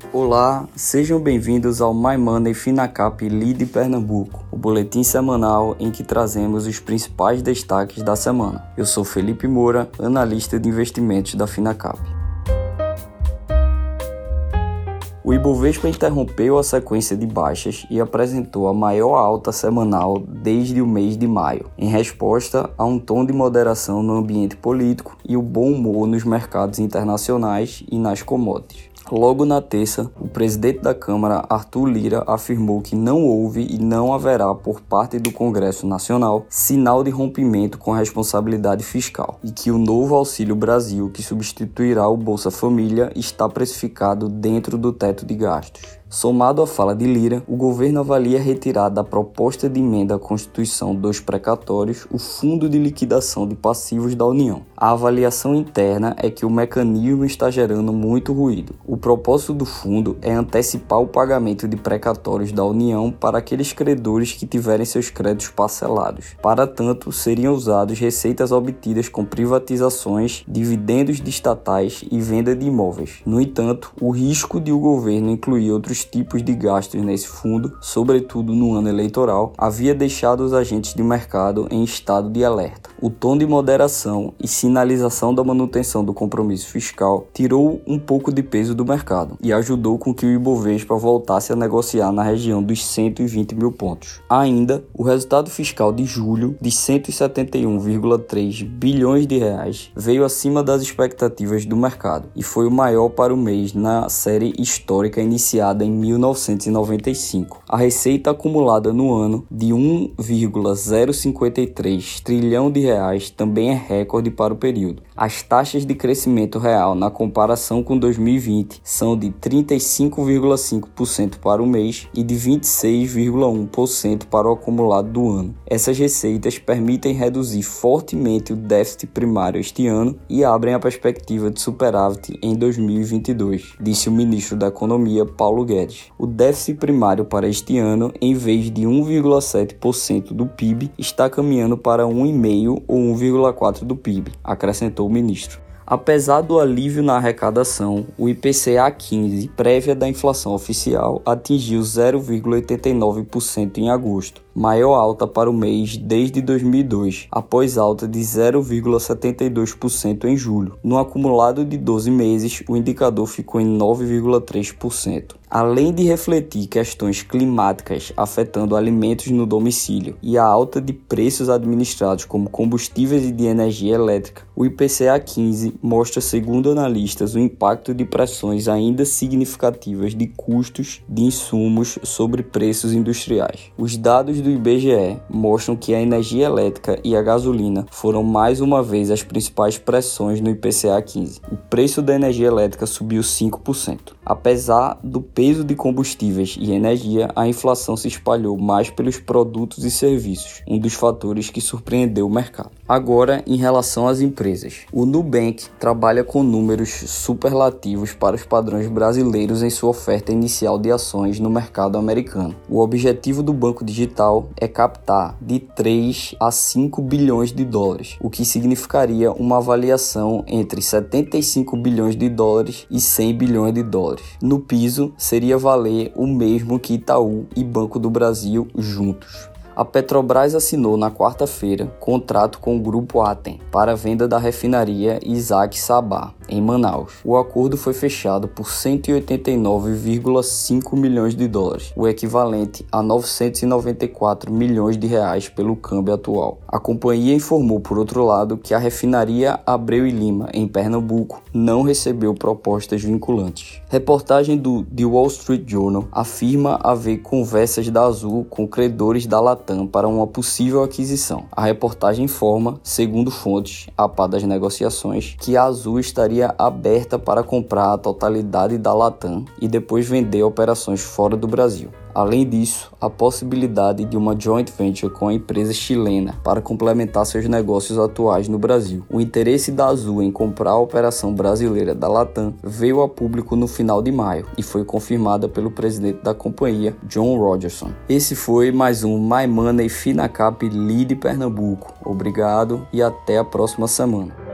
Olá, sejam bem-vindos ao My Money Finacap Lead Pernambuco, o boletim semanal em que trazemos os principais destaques da semana. Eu sou Felipe Moura, analista de investimentos da Finacap. O Ibovespa interrompeu a sequência de baixas e apresentou a maior alta semanal desde o mês de maio, em resposta a um tom de moderação no ambiente político e o bom humor nos mercados internacionais e nas commodities. Logo na terça, o presidente da Câmara, Arthur Lira, afirmou que não houve e não haverá por parte do Congresso Nacional sinal de rompimento com a responsabilidade fiscal e que o novo Auxílio Brasil, que substituirá o Bolsa Família, está precificado dentro do teto de gastos. Somado à fala de Lira, o governo avalia retirar da proposta de emenda à Constituição dos precatórios o Fundo de Liquidação de Passivos da União. A avaliação interna é que o mecanismo está gerando muito ruído. O propósito do fundo é antecipar o pagamento de precatórios da União para aqueles credores que tiverem seus créditos parcelados. Para tanto, seriam usados receitas obtidas com privatizações, dividendos de estatais e venda de imóveis. No entanto, o risco de o governo incluir outros tipos de gastos nesse fundo, sobretudo no ano eleitoral, havia deixado os agentes de mercado em estado de alerta. O tom de moderação e sinalização da manutenção do compromisso fiscal tirou um pouco de peso do mercado e ajudou com que o Ibovespa voltasse a negociar na região dos 120 mil pontos. Ainda, o resultado fiscal de julho, de 171,3 bilhões de reais, veio acima das expectativas do mercado e foi o maior para o mês na série histórica iniciada em 1995. A receita acumulada no ano de 1,053 trilhão de reais também é recorde para o período. As taxas de crescimento real na comparação com 2020 são de 35,5% para o mês e de 26,1% para o acumulado do ano. Essas receitas permitem reduzir fortemente o déficit primário este ano e abrem a perspectiva de superávit em 2022, disse o ministro da Economia, Paulo Guedes. O déficit primário para este ano, em vez de 1,7% do PIB, está caminhando para 1,5% ou 1,4% do PIB, acrescentou o ministro. Apesar do alívio na arrecadação, o IPCA 15, prévia da inflação oficial, atingiu 0,89% em agosto, maior alta para o mês desde 2002, após alta de 0,72% em julho. No acumulado de 12 meses, o indicador ficou em 9,3%. Além de refletir questões climáticas afetando alimentos no domicílio e a alta de preços administrados como combustíveis e de energia elétrica, o IPCA 15 mostra, segundo analistas, o impacto de pressões ainda significativas de custos de insumos sobre preços industriais. Os dados do IBGE mostram que a energia elétrica e a gasolina foram mais uma vez as principais pressões no IPCA 15. O preço da energia elétrica subiu 5%. Apesar do peso de combustíveis e energia, a inflação se espalhou mais pelos produtos e serviços, um dos fatores que surpreendeu o mercado. Agora, em relação às empresas. O Nubank trabalha com números superlativos para os padrões brasileiros em sua oferta inicial de ações no mercado americano. O objetivo do banco digital é captar de 3 a 5 bilhões de dólares, o que significaria uma avaliação entre 75 bilhões de dólares e 100 bilhões de dólares. No piso, seria valer o mesmo que Itaú e Banco do Brasil juntos. A Petrobras assinou na quarta-feira contrato com o Grupo Atem para a venda da refinaria Isaac Sabah, em Manaus. O acordo foi fechado por 189,5 milhões de dólares, o equivalente a 994 milhões de reais pelo câmbio atual. A companhia informou, por outro lado, que a refinaria Abreu e Lima, em Pernambuco, não recebeu propostas vinculantes. Reportagem do The Wall Street Journal afirma haver conversas da Azul com credores da Latam para uma possível aquisição. A reportagem informa, segundo fontes a par das negociações, que a Azul estaria aberta para comprar a totalidade da Latam e depois vender operações fora do Brasil. Além disso, a possibilidade de uma joint venture com a empresa chilena para complementar seus negócios atuais no Brasil. O interesse da Azul em comprar a operação brasileira da Latam veio a público no final de maio e foi confirmada pelo presidente da companhia, John Rodgerson. Esse foi mais um My Money Finacap Lead Pernambuco. Obrigado e até a próxima semana.